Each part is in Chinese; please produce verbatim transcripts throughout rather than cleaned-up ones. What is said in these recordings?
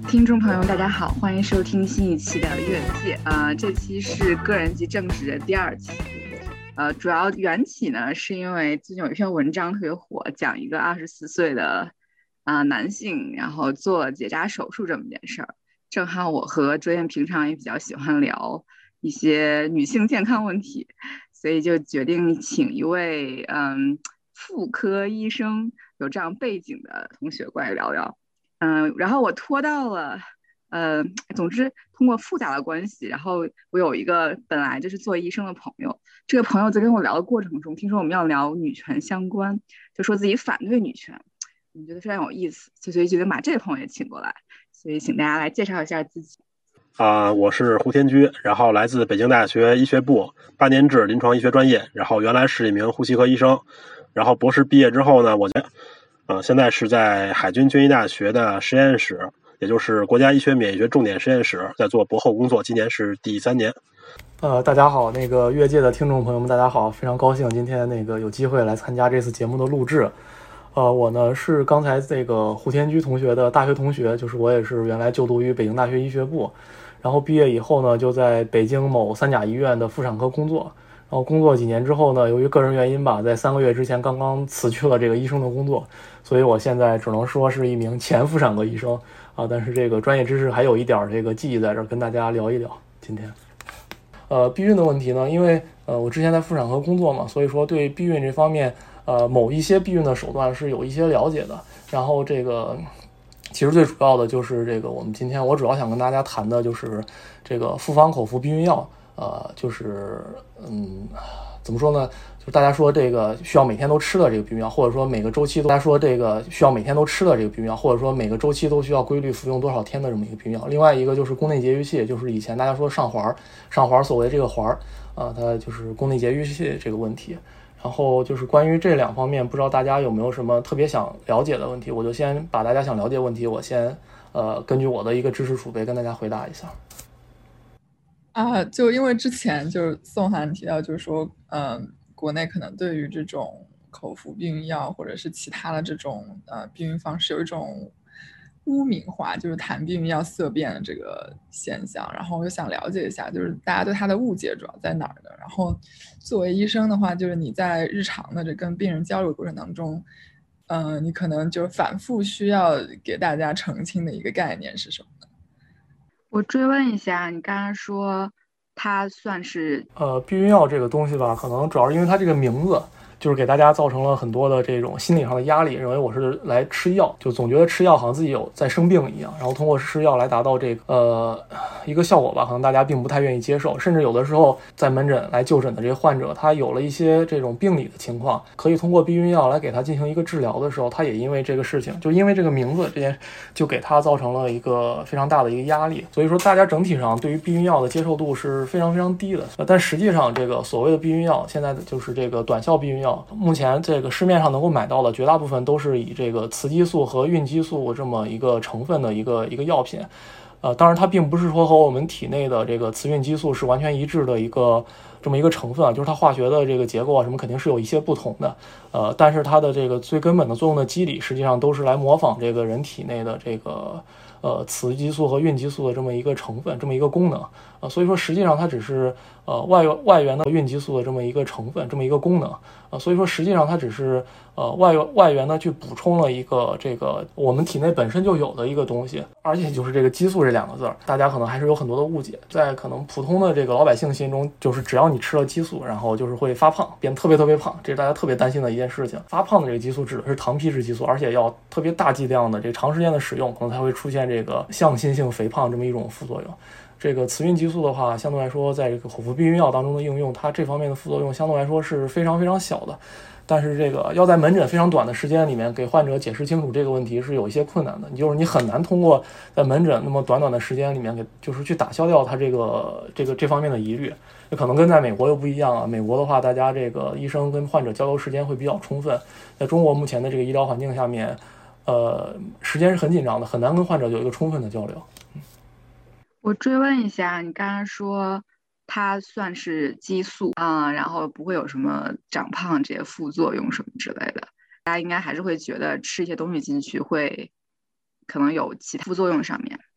听众朋友大家好，欢迎收听新一期的越界。呃，这期是个人及正直的第二期。呃，主要缘起呢，是因为最近有一篇文章特别火，讲一个二十四岁的啊、呃、男性，然后做结扎手术这么件事儿。正好我和卓燕平常也比较喜欢聊一些女性健康问题，所以就决定请一位嗯妇科医生有这样背景的同学过来聊聊。嗯，然后我拖到了，呃，总之通过复杂的关系，然后我有一个本来就是做医生的朋友，这个朋友在跟我聊的过程中，听说我们要聊女权相关，就说自己反对女权，我觉得非常有意思，所以决定把这个朋友也请过来，所以请大家来介绍一下自己。 啊、呃，我是胡天居，然后来自北京大学医学部八年制临床医学专业，然后原来是一名呼吸科医生，然后博士毕业之后呢，我觉得。呃，现在是在海军军医大学的实验室，也就是国家医学免疫学重点实验室，在做博后工作，今年是第三年。 呃，大家好，那个越界的听众朋友们，大家好，非常高兴今天那个有机会来参加这次节目的录制。呃，我呢是刚才这个胡天居同学的大学同学，就是我也是原来就读于北京大学医学部，然后毕业以后呢，就在北京某三甲医院的妇产科工作。然后工作几年之后呢，由于个人原因吧，在三个月之前刚刚辞去了这个医生的工作，所以我现在只能说是一名前妇产科医生啊，但是这个专业知识还有一点这个记忆在这儿，跟大家聊一聊。今天，呃，避孕的问题呢，因为呃我之前在妇产科工作嘛，所以说对避孕这方面，呃某一些避孕的手段是有一些了解的。然后这个其实最主要的就是这个，我们今天我主要想跟大家谈的就是这个复方口服避孕药。呃，就是嗯，怎么说呢？就是大家说这个需要每天都吃的这个避孕药，或者说每个周期都，大家说这个需要每天都吃的这个避孕药，或者说每个周期都需要规律服用多少天的这么一个避孕药。另外一个就是宫内节育器，就是以前大家说上环上环所谓这个环啊，它就是宫内节育器这个问题。然后就是关于这两方面，不知道大家有没有什么特别想了解的问题？我就先把大家想了解的问题，我先呃根据我的一个知识储备跟大家回答一下。 啊，就因为之前就是宋涵提到，就是说，嗯，国内可能对于这种口服避孕药或者是其他的这种呃避孕方式有一种污名化，就是谈避孕药色变的这个现象。然后我就想了解一下，就是大家对它的误解主要在哪儿呢？然后作为医生的话，就是你在日常的这跟病人交流过程当中，嗯、呃，你可能就反复需要给大家澄清的一个概念是什么？ 我追问一下，你刚刚说它算是呃，避孕药这个东西吧，可能主要是因为它这个名字，就是给大家造成了很多的这种心理上的压力，认为我是来吃药，就总觉得吃药好像自己有在生病一样，然后通过吃药来达到这个呃一个效果吧，可能大家并不太愿意接受，甚至有的时候在门诊来就诊的这些患者，他有了一些这种病理的情况，可以通过避孕药来给他进行一个治疗的时候，他也因为这个事情，就因为这个名字这件，就给他造成了一个非常大的一个压力，所以说大家整体上对于避孕药的接受度是非常非常低的。但实际上这个所谓的避孕药，现在就是这个短效避孕药。目前这个市面上能够买到的绝大部分都是以这个雌激素和孕激素这么一个成分的一个一个药品，呃，当然它并不是说和我们体内的这个雌孕激素是完全一致的一个这么一个成分啊，就是它化学的这个结构啊什么肯定是有一些不同的，呃，但是它的这个最根本的作用的机理实际上都是来模仿这个人体内的这个呃雌激素和孕激素的这么一个成分，这么一个功能啊、呃，所以说实际上它只是呃外外源的孕激素的这么一个成分，这么一个功能啊、呃，所以说实际上它只是呃外外源的去补充了一个这个我们体内本身就有的一个东西，而且就是这个激素这两个字，大家可能还是有很多的误解，在可能普通的这个老百姓心中，就是只要你吃了激素，然后就是会发胖，变特别特别胖，这是大家特别担心的一件事情。发胖的这个激素指的是糖皮质激素，而且要特别大剂量的这个长时间的使用，可能才会出现这个向心性肥胖这么一种副作用。这个雌孕激素的话，相对来说，在这个口服避孕药当中的应用，它这方面的副作用相对来说是非常非常小的。但是这个要在门诊非常短的时间里面给患者解释清楚这个问题是有一些困难的，你就是你很难通过在门诊那么短短的时间里面给就是去打消掉它这个这个这方面的疑虑。可能跟在美国又不一样啊，美国的话大家这个医生跟患者交流时间会比较充分，在中国目前的这个医疗环境下面，呃，时间是很紧张的，很难跟患者有一个充分的交流。嗯、 我追问一下，你刚刚说它算是激素啊、呃，然后不会有什么长胖这些副作用什么之类的，大家应该还是会觉得吃一些东西进去会可能有其他副作用上面。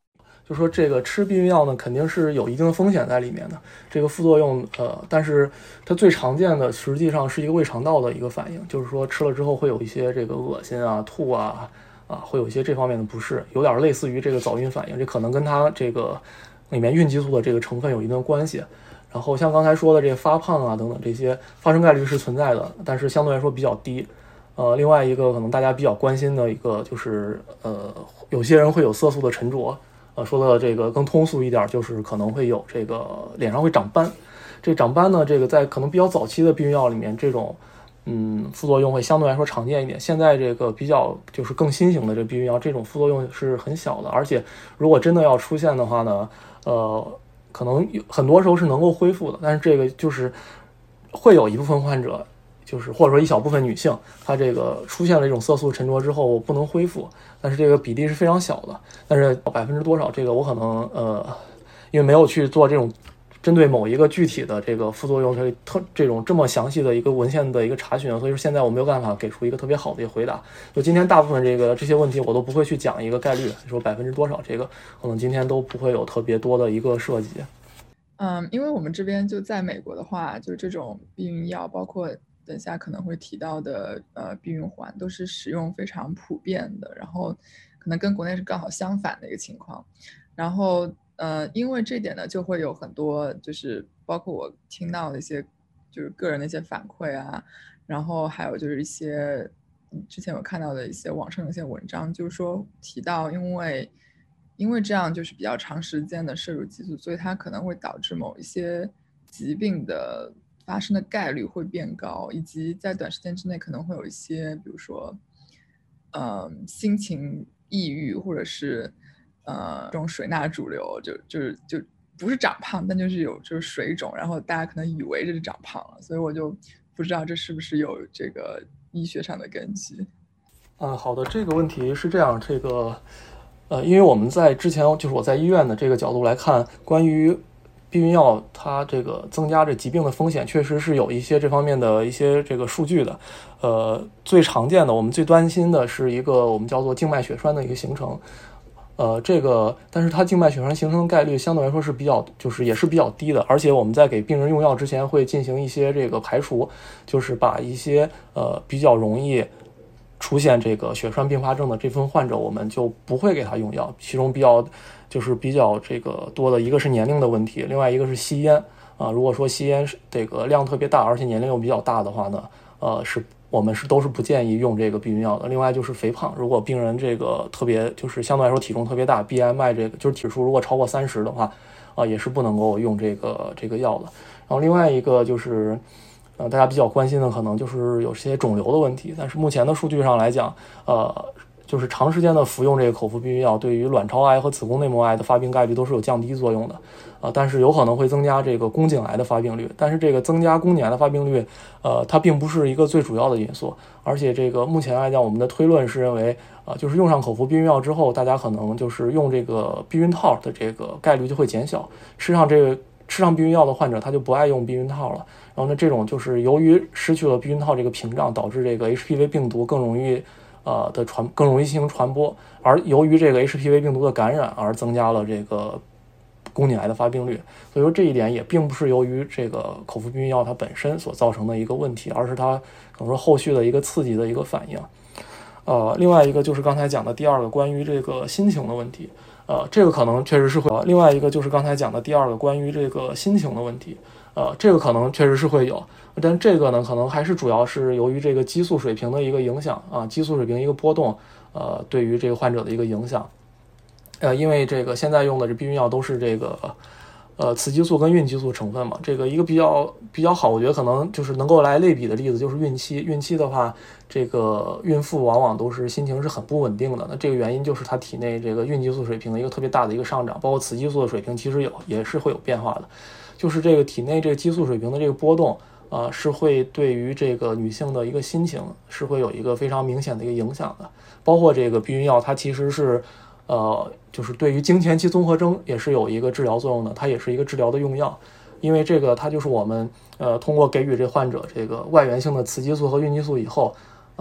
就说这个吃避孕药呢，肯定是有一定的风险在里面的。这个副作用，呃，但是它最常见的实际上是一个胃肠道的一个反应，就是说吃了之后会有一些这个恶心啊、吐啊，啊，会有一些这方面的不适，有点类似于这个早孕反应，这可能跟它这个里面孕激素的这个成分有一定的关系。然后像刚才说的这个发胖啊等等这些发生概率是存在的，但是相对来说比较低。呃，另外一个可能大家比较关心的一个就是呃，有些人会有色素的沉着。呃，说的这个更通俗一点，就是可能会有这个脸上会长斑。这长斑呢，这个在可能比较早期的避孕药里面，这种嗯副作用会相对来说常见一点。现在这个比较就是更新型的这避孕药，这种副作用是很小的，而且如果真的要出现的话呢，呃，可能很多时候是能够恢复的。但是这个就是会有一部分患者。就是或者说一小部分女性，她这个出现了这种色素沉着之后不能恢复，但是这个比例是非常小的。但是百分之多少，这个我可能呃，因为没有去做这种针对某一个具体的这个副作用这特这种这么详细的一个文献的一个查询，所以说现在我没有办法给出一个特别好的一个回答。就今天大部分这个这些问题我都不会去讲一个概率，说百分之多少，这个可能今天都不会有特别多的一个涉及。 嗯，因为我们这边就在美国的话，就这种避孕药，包括等下可能会提到的呃避孕环，都是使用非常普遍的，然后可能跟国内是刚好相反的一个情况。然后呃，因为这点呢，就会有很多就是包括我听到的一些就是个人的一些反馈啊，然后还有就是一些之前有看到的一些网上的一些文章，就是说提到因为因为这样就是比较长时间的摄入激素，所以它可能会导致某一些疾病的发生的概率会变高，以及在短时间之内可能会有一些比如说呃心情抑郁，或者是呃这种水钠肿瘤，就就是就不是长胖，但就是有就是水肿，然后大家可能以为这是长胖了，所以我就不知道这是不是有这个医学上的根据。 嗯，好的，这个问题是这样，这个呃，因为我们在之前就是我在医院的这个角度来看，关于避孕药它这个增加这疾病的风险，确实是有一些这方面的一些这个数据的。呃，最常见的，我们最担心的是一个我们叫做静脉血栓的一个形成。呃，这个但是它静脉血栓形成的概率相对来说是比较，就是也是比较低的。而且我们在给病人用药之前会进行一些这个排除，就是把一些呃比较容易出现这个血栓并发症的这部分患者，我们就不会给他用药。其中比较就是比较这个多的一个是年龄的问题，另外一个是吸烟啊、呃。如果说吸烟这个量特别大，而且年龄又比较大的话呢，呃，是我们是都是不建议用这个避孕药的。另外就是肥胖，如果病人这个特别就是相对来说体重特别大 ，B M I 这个就是指数如果超过三十的话，啊、呃，也是不能够用这个这个药的。然后另外一个就是。呃，大家比较关心的可能就是有些肿瘤的问题，但是目前的数据上来讲，呃，就是长时间的服用这个口服避孕药，对于卵巢癌和子宫内膜癌的发病概率都是有降低作用的，呃，但是有可能会增加这个宫颈癌的发病率，但是这个增加宫颈癌的发病率，呃，它并不是一个最主要的因素，而且这个目前来讲，我们的推论是认为，呃，就是用上口服避孕药之后，大家可能就是用这个避孕套的这个概率就会减小，吃上这个吃上避孕药的患者他就不爱用避孕套了。然后呢，这种就是由于失去了避孕套这个屏障，导致这个 H P V 病毒更容易呃的传更容易进行传播，而由于这个 H P V 病毒的感染而增加了这个宫颈癌的发病率。所以说这一点也并不是由于这个口服避孕药它本身所造成的一个问题，而是它可能说后续的一个刺激的一个反应。呃，另外一个就是刚才讲的第二个关于这个心情的问题，呃，这个可能确实是会。另外一个就是刚才讲的第二个关于这个心情的问题。呃，这个可能确实是会有，但这个呢，可能还是主要是由于这个激素水平的一个影响啊，激素水平一个波动，呃，对于这个患者的一个影响。呃，因为这个现在用的这避孕药都是这个呃雌激素跟孕激素成分嘛，这个一个比较比较好，我觉得可能就是能够来类比的例子就是孕期。孕期的话，这个孕妇往往都是心情是很不稳定的，那这个原因就是她体内这个孕激素水平的一个特别大的一个上涨，包括雌激素的水平其实有也是会有变化的。就是这个体内这个激素水平的这个波动，啊、呃，是会对于这个女性的一个心情是会有一个非常明显的一个影响的。包括这个避孕药，它其实是，呃，就是对于经前期综合征也是有一个治疗作用的，它也是一个治疗的用药。因为这个它就是我们呃通过给予这患者这个外源性的雌激素和孕激素以后，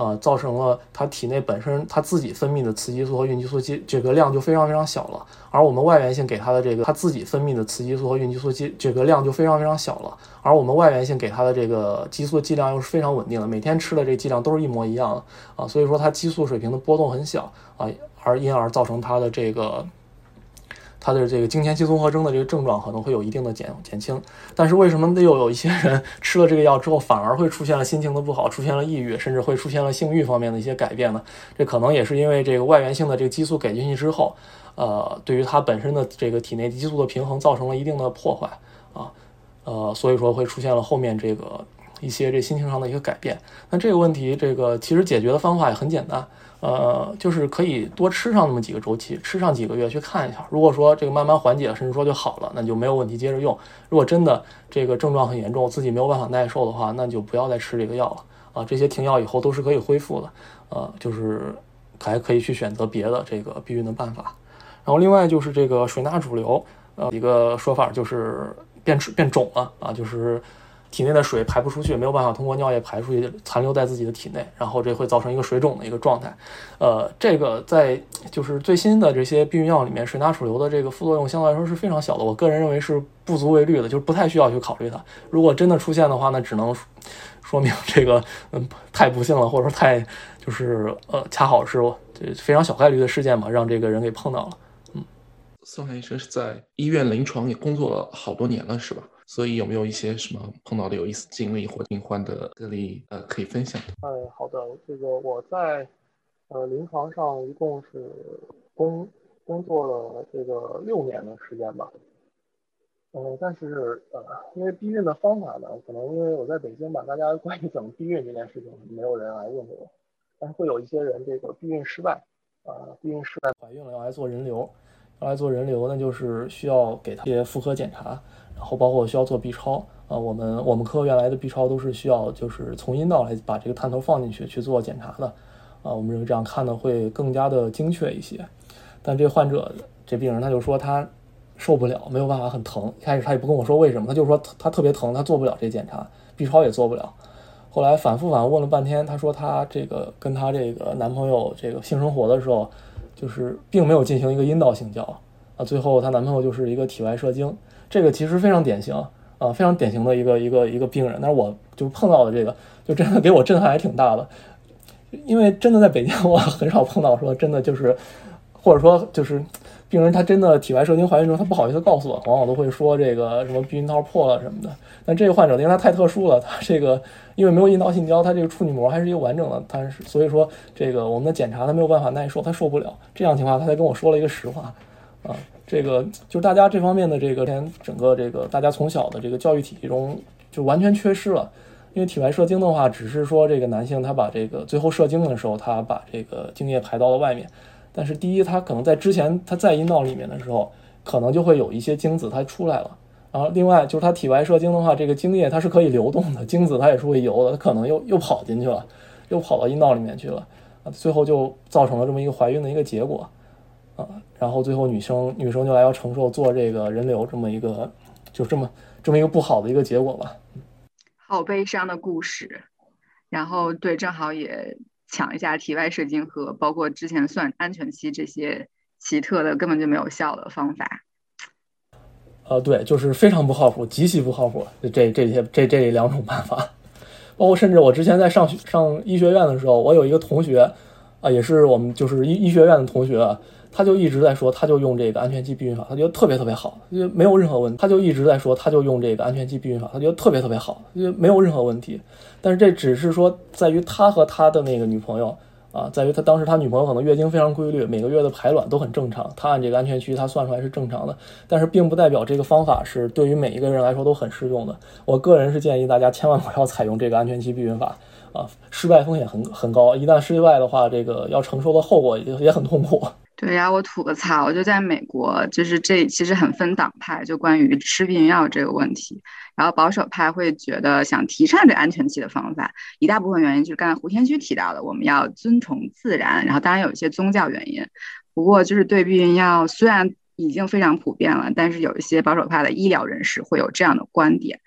呃，造成了他体内本身他自己分泌的雌激素和孕激素这个量就非常非常小了，而我们外源性给他的这个他自己分泌的雌激素和孕激素这个量就非常非常小了，而我们外源性给他的这个激素剂量又是非常稳定的，每天吃的这个剂量都是一模一样的啊，所以说他激素水平的波动很小啊，而因而造成他的这个。它的这个经前期综合征的这个症状可能会有一定的减减轻，但是为什么又有一些人吃了这个药之后反而会出现了心情的不好，出现了抑郁，甚至会出现了性欲方面的一些改变呢？这可能也是因为这个外源性的这个激素给进去之后，呃，对于它本身的这个体内激素的平衡造成了一定的破坏啊，呃，所以说会出现了后面这个一些这心情上的一个改变。那这个问题，这个其实解决的方法也很简单。呃，就是可以多吃上那么几个周期，吃上几个月去看一下。如果说这个慢慢缓解，甚至说就好了，那就没有问题，接着用。如果真的这个症状很严重，自己没有办法耐受的话，那就不要再吃这个药了啊。这些停药以后都是可以恢复的，呃，就是还可以去选择别的这个避孕的办法。然后另外就是这个水钠潴留，呃，一个说法就是变变肿了啊，就是体内的水排不出去，没有办法通过尿液排出去，残留在自己的体内，然后这会造成一个水肿的一个状态。呃，这个在就是最新的这些避孕药里面，水钠潴留的这个副作用相对来说是非常小的，我个人认为是不足为虑的，就是不太需要去考虑它。如果真的出现的话，那只能说明这个嗯太不幸了，或者说太就是呃恰好是非常小概率的事件嘛，让这个人给碰到了。嗯， 宋涵医生是在医院临床也工作了好多年了，是吧？所以有没有一些什么碰到的有意思经历或病患的个例呃可以分享的？ 哎，好的，这个我在呃临床上一共是工工作了这个六年的时间吧。呃，但是呃，因为避孕的方法呢，可能因为我在北京吧，大家关于怎么避孕这件事情，没有人来问过我，但是会有一些人这个避孕失败，啊、呃，避孕失败怀孕了要来做人流，要来做人流，那就是需要给他一些妇科检查。然后包括需要做 B 超啊，我们我们科原来的 B 超都是需要就是从阴道来把这个探头放进去去做检查的啊，我们认为这样看的会更加的精确一些。但这患者这病人他就说他受不了，没有办法，很疼。一开始他也不跟我说为什么，他就说他特别疼，他做不了这检查 ，B 超也做不了。后来反复反复问了半天，他说他这个跟他这个男朋友这个性生活的时候，就是并没有进行一个阴道性交啊，最后她男朋友就是一个体外射精。这个其实非常典型啊，非常典型的一个一个一个病人，但是我就碰到的这个，就真的给我震撼还挺大的，因为真的在北京我很少碰到说真的就是，或者说就是病人他真的体外射精怀孕之后他不好意思告诉我，往往都会说这个什么避孕套破了什么的。但这个患者因为他太特殊了，他这个因为没有阴道性交，他这个处女膜还是一个完整的，他是所以说这个我们的检查他没有办法耐受，他受不了，这样情况他才跟我说了一个实话啊。这个就是大家这方面的这个整个这个大家从小的这个教育体系中就完全缺失了。因为体外射精的话，只是说这个男性他把这个最后射精的时候，他把这个精液排到了外面。但是第一，他可能在之前他在阴道里面的时候，可能就会有一些精子它出来了。然后另外就是他体外射精的话，这个精液它是可以流动的，精子它也是会游的，它可能又又跑进去了，又跑到阴道里面去了啊，最后就造成了这么一个怀孕的一个结果。啊，然后最后女生女生就来要承受做这个人流这么一个，就这么这么一个不好的一个结果吧。 好悲伤的故事。然后对，正好也抢一下体外射精和包括之前算安全期这些奇特的根本就没有效的方法。 呃，对，就是非常不靠谱，极其不靠谱。这这些这这两种办法，包括甚至我之前在上上医学院的时候，我有一个同学啊，也是我们就是医医学院的同学。他就一直在说，他就用这个安全期避孕法，他觉得特别特别好，就没有任何问题。他就一直在说，他就用这个安全期避孕法，他觉得特别特别好，就没有任何问题。但是这只是说，在于他和他的那个女朋友啊，在于他当时他女朋友可能月经非常规律，每个月的排卵都很正常，他按这个安全区他算出来是正常的，但是并不代表这个方法是对于每一个人来说都很适用的。我个人是建议大家千万不要采用这个安全期避孕法啊，失败风险很很高，一旦失败的话，这个要承受的后果也也很痛苦。 对呀，我吐个槽，就在美国，就是这其实很分党派，就关于吃避孕药这个问题。然后保守派会觉得想提倡这安全期的方法，一大部分原因就是刚才胡天虚提到的，我们要遵从自然。然后当然有一些宗教原因，不过就是对避孕药虽然已经非常普遍了，但是有一些保守派的医疗人士会有这样的观点，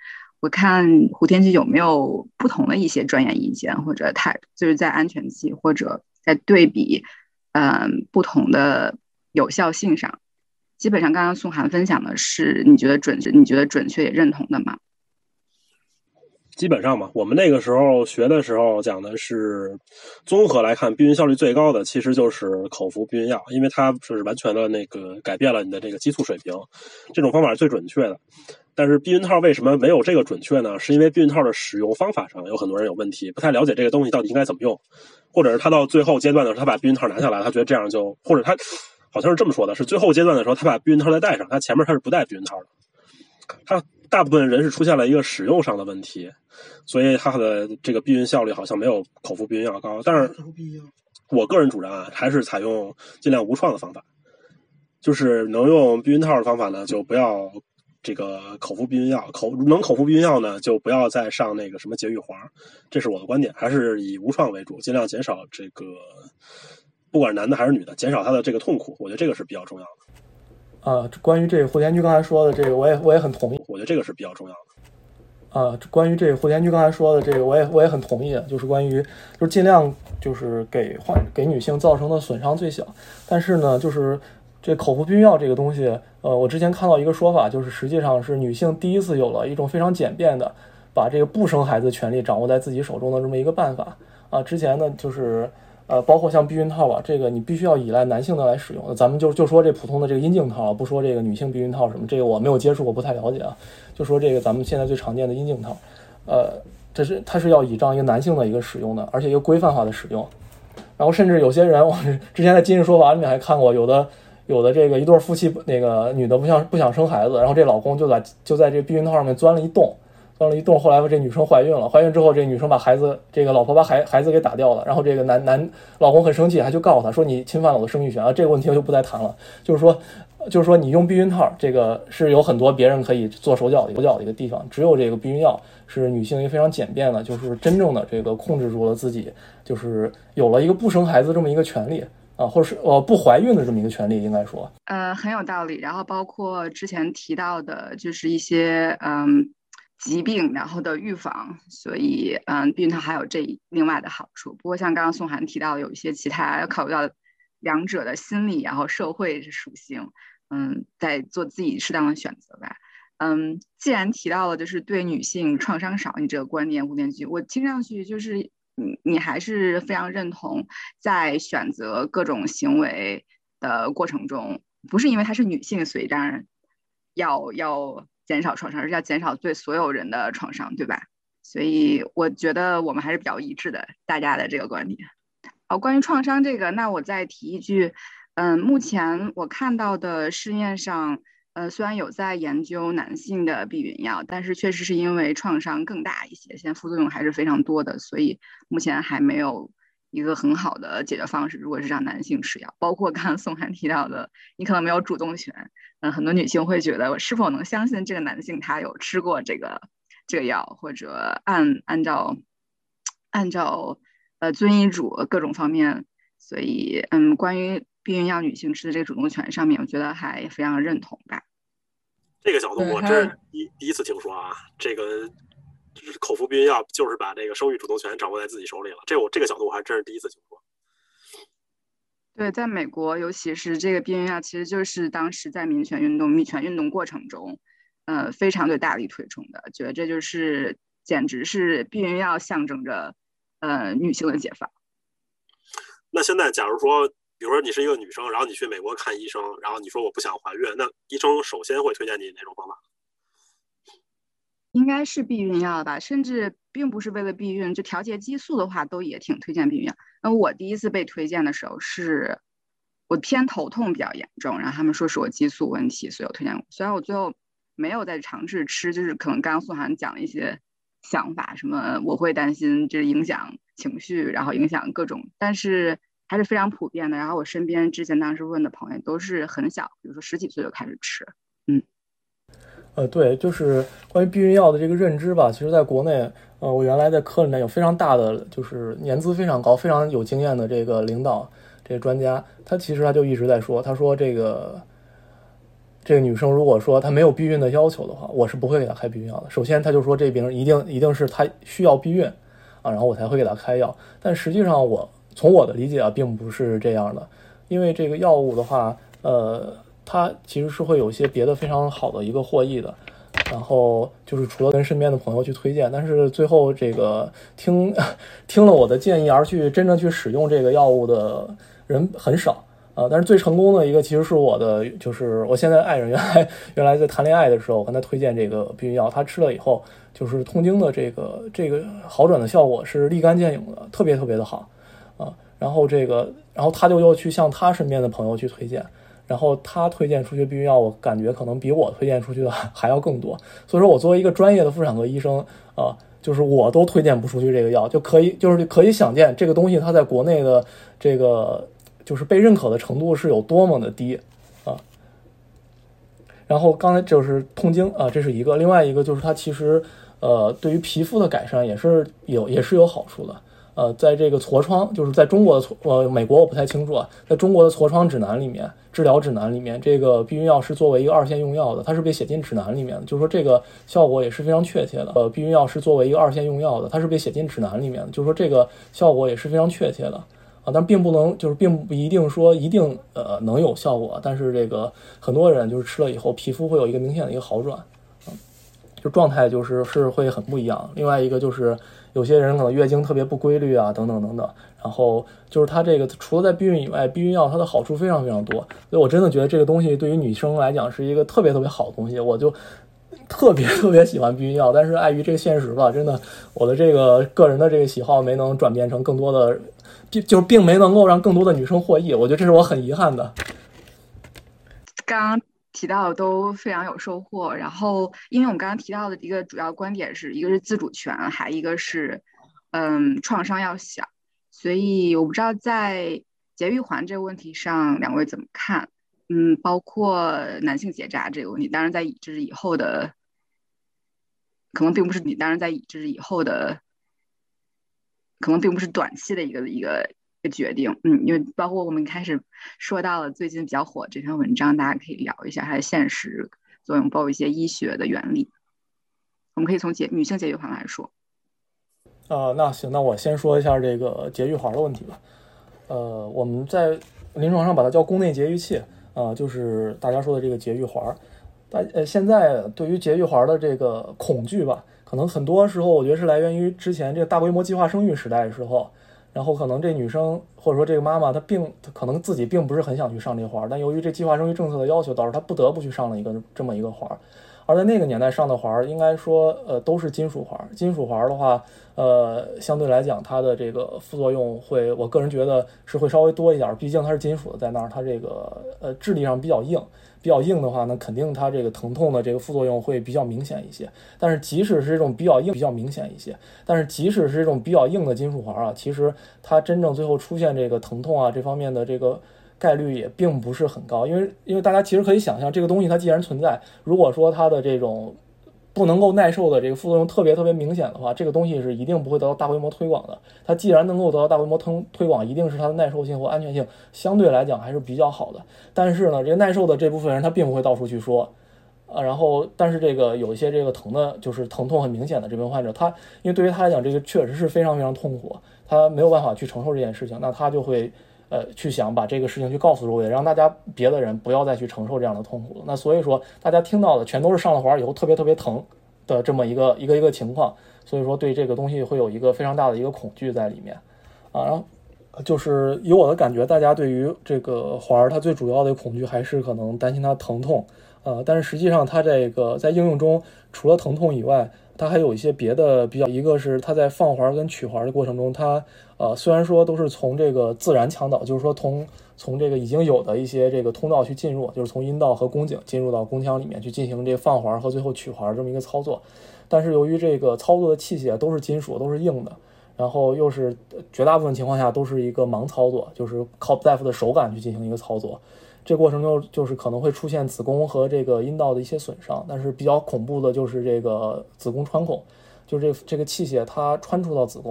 我看胡天基有没有不同的一些专业意见，或者态度，就是在安全性或者在对比，嗯，不同的有效性上。基本上刚刚宋涵分享的是你觉得准你觉得准确也认同的吗？ 基本上嘛，我们那个时候学的时候讲的是综合来看，避孕效率最高的其实就是口服避孕药，因为它是完全的那个改变了你的这个激素水平，这种方法是最准确的。但是避孕套为什么没有这个准确呢？是因为避孕套的使用方法上有很多人有问题，不太了解这个东西到底应该怎么用，或者是他到最后阶段的时候他把避孕套拿下来，他觉得这样就，或者他好像是这么说的，是最后阶段的时候他把避孕套再戴上，他前面他是不戴避孕套的，他大部分人是出现了一个使用上的问题，所以它的这个避孕效率好像没有口服避孕药高。但是我个人主张啊，还是采用尽量无创的方法，就是能用避孕套的方法呢，就不要这个口服避孕药，口能口服避孕药呢，就不要再上那个什么节育环，这是我的观点，还是以无创为主，尽量减少这个不管是男的还是女的，减少他的这个痛苦，我觉得这个是比较重要的。 啊，关于这个胡田居刚才说的这个，我也我也很同意。 我觉得这个是比较重要的。 啊，关于这个胡田居刚才说的这个，我也我也很同意，就是关于就是尽量就是给患给女性造成的损伤最小。但是呢，就是这口服避孕药这个东西，呃，我之前看到一个说法，就是实际上是女性第一次有了一种非常简便的把这个不生孩子权利掌握在自己手中的这么一个办法啊。之前呢，就是呃，包括像避孕套吧，这个你必须要依赖男性的来使用。咱们就就说这普通的这个阴茎套，不说这个女性避孕套什么，这个我没有接触过，不太了解啊。就说这个咱们现在最常见的阴茎套，呃，这是它是要倚仗一个男性的一个使用的，而且一个规范化的使用。然后甚至有些人，我之前在今日说法里面还看过，有的有的这个一对夫妻，那个女的不想不想生孩子，然后这老公就在就在这避孕套上面钻了一洞。钻了一洞，后来这女生怀孕了，怀孕之后这女生把孩子，这个老婆把孩孩子给打掉了，然后这个男男老公很生气，还去告他说你侵犯了我的生育权啊，这个问题我就不再谈了。就是说，就是说你用避孕套，这个是有很多别人可以做手脚的手脚的一个地方，只有这个避孕药是女性一个非常简便的，就是真正的这个控制住了自己，就是有了一个不生孩子这么一个权利啊，或者是呃不怀孕的这么一个权利，应该说， 呃很有道理。然后包括之前提到的，就是一些嗯。疾病然后的预防，所以嗯，避孕套还有这另外的好处。不过像刚刚宋涵提到的，有一些其他要考虑到两者的心理然后社会属性，嗯，在做自己适当的选择吧。嗯，既然提到了就是对女性创伤少，你这个观念，吴连居，我听上去就是你你还是非常认同，在选择各种行为的过程中，不是因为她是女性，所以当然要要。减少创伤，而是要减少对所有人的创伤，对吧？所以我觉得我们还是比较一致的，大家的这个观点。好，关于创伤这个，那我再提一句，嗯，目前我看到的市面上，呃，虽然有在研究男性的避孕药，但是确实是因为创伤更大一些，现在副作用还是非常多的，所以目前还没有一个很好的解决方式。如果是让男性吃药，包括刚刚宋涵提到的，你可能没有主动权。嗯，很多女性会觉得我是否能相信这个男性他有吃过这个这个药，或者按按照按照呃遵医嘱各种方面，所以嗯，关于避孕药女性吃的这个主动权上面，我觉得还非常认同吧。 这个角度我真是第第一次听说啊，这个就是口服避孕药就是把这个生育主动权掌握在自己手里了，这我这个角度我还真是第一次听说。 对，在美国，尤其是这个避孕药，其实就是当时在民权运动、民权运动过程中，呃，非常对大力推崇的，觉得这就是简直是避孕药象征着呃女性的解放。 那现在，假如说，比如说你是一个女生，然后你去美国看医生，然后你说我不想怀孕，那医生首先会推荐你哪种方法？ 应该是避孕药吧，甚至并不是为了避孕，就调节激素的话，都也挺推荐避孕药。那我第一次被推荐的时候是，我偏头痛比较严重，然后他们说是我激素问题，所以我推荐我。虽然我最后没有再尝试吃，就是可能刚刚宋涵讲了一些想法，什么我会担心这影响情绪，然后影响各种，但是还是非常普遍的。然后我身边之前当时问的朋友都是很小，比如说十几岁就开始吃，嗯。 呃，对，就是关于避孕药的这个认知吧，其实在国内，呃，我原来在科里面有非常大的，就是年资非常高、非常有经验的这个领导，这个专家，他其实他就一直在说，他说这个这个女生如果说她没有避孕的要求的话，我是不会给她开避孕药的。首先她就说这病人一定一定是她需要避孕啊，然后我才会给她开药。但实际上我从我的理解啊，并不是这样的，因为这个药物的话，呃，它其实是会有一些别的非常好的一个获益的。然后就是除了跟身边的朋友去推荐，但是最后这个听听了我的建议而去真正去使用这个药物的人很少啊、呃。但是最成功的一个其实是我的，就是我现在爱人原来原来在谈恋爱的时候，我跟他推荐这个避孕药，他吃了以后，就是痛经的这个这个好转的效果是立竿见影的，特别特别的好啊、呃。然后这个，然后他就又去向他身边的朋友去推荐。然后他推荐出去避孕药，我感觉可能比我推荐出去的还要更多。所以说我作为一个专业的妇产科医生啊、呃，就是我都推荐不出去这个药，就可以就是可以想见这个东西它在国内的这个就是被认可的程度是有多么的低啊。然后刚才就是痛经啊，这是一个，另外一个就是它其实呃对于皮肤的改善也是有也是有好处的。呃，在这个痤疮，就是在中国的呃美国我不太清楚啊，在中国的痤疮指南里面，治疗指南里面，这个避孕药是作为一个二线用药的，它是被写进指南里面的，就是说这个效果也是非常确切的。呃，避孕药是作为一个二线用药的，它是被写进指南里面的，就是说这个效果也是非常确切的啊，但并不能就是并不一定说一定呃能有效果，但是这个很多人就是吃了以后皮肤会有一个明显的一个好转啊，就状态就是是会很不一样。另外一个就是有些人可能月经特别不规律啊，等等等等。然后就是它这个除了在避孕以外，避孕药它的好处非常非常多，所以我真的觉得这个东西对于女生来讲是一个特别特别好的东西。我就特别特别喜欢避孕药，但是碍于这个现实吧，真的我的这个个人的这个喜好没能转变成更多的，就是并没能够让更多的女生获益。我觉得这是我很遗憾的。 刚刚提到的都非常有收获，然后因为我们刚刚提到的一个主要观点是一个是自主权，还一个是嗯创伤要小，所以我不知道在节育环这个问题上两位怎么看？嗯，包括男性结扎这个问题，当然在就是以后的，可能并不是你，当然在就是以后的，可能并不是短期的一个一个。决定，嗯，因为包括我们开始说到了最近比较火这篇文章，大家可以聊一下它的现实作用，包括一些医学的原理。我们可以从节女性节育环来说。 啊、呃，那行，那我先说一下这个节育环的问题吧。呃，我们在临床上把它叫宫内节育器啊、呃，就是大家说的这个节育环。但呃，现在对于节育环的这个恐惧吧，可能很多时候我觉得是来源于之前这个大规模计划生育时代的时候。然后可能这女生或者说这个妈妈她并她可能自己并不是很想去上这环，但由于这计划生育政策的要求，导致她不得不去上了一个这么一个环。而在那个年代上的环，应该说呃都是金属环。金属环的话，呃相对来讲它的这个副作用会，我个人觉得是会稍微多一点，毕竟它是金属的在那儿，它这个呃质地上比较硬。比较硬的话呢，肯定它这个疼痛的这个副作用会比较明显一些。但是即使是这种比较硬、比较明显一些，但是即使是这种比较硬的金属环啊，其实它真正最后出现这个疼痛啊这方面的这个概率也并不是很高。因为因为大家其实可以想象，这个东西它既然存在，如果说它的这种不能够耐受的这个副作用特别特别明显的话，这个东西是一定不会得到大规模推广的。它既然能够得到大规模推推广，一定是它的耐受性或安全性相对来讲还是比较好的。但是呢，这个耐受的这部分人他并不会到处去说，啊，然后但是这个有一些这个疼的，就是疼痛很明显的这部分患者，他因为对于他来讲，这个确实是非常非常痛苦，他没有办法去承受这件事情，那他就会呃去想把这个事情去告诉周围，让大家别的人不要再去承受这样的痛苦了。那所以说大家听到的全都是上了环以后特别特别疼的这么一个一个一个情况，所以说对这个东西会有一个非常大的一个恐惧在里面啊。然后就是以我的感觉，大家对于这个环它最主要的恐惧还是可能担心它疼痛，呃，但是实际上它这个在应用中除了疼痛以外，它还有一些别的比较，一个是它在放环跟取环的过程中，它呃虽然说都是从这个自然腔道，就是说从从这个已经有的一些这个通道去进入，就是从阴道和宫颈进入到宫腔里面去进行这个放环和最后取环这么一个操作，但是由于这个操作的器械都是金属，都是硬的，然后又是绝大部分情况下都是一个盲操作，就是靠大夫的手感去进行一个操作。这过程中就是可能会出现子宫和这个阴道的一些损伤，但是比较恐怖的就是这个子宫穿孔，就这这个器械它穿出到子宫，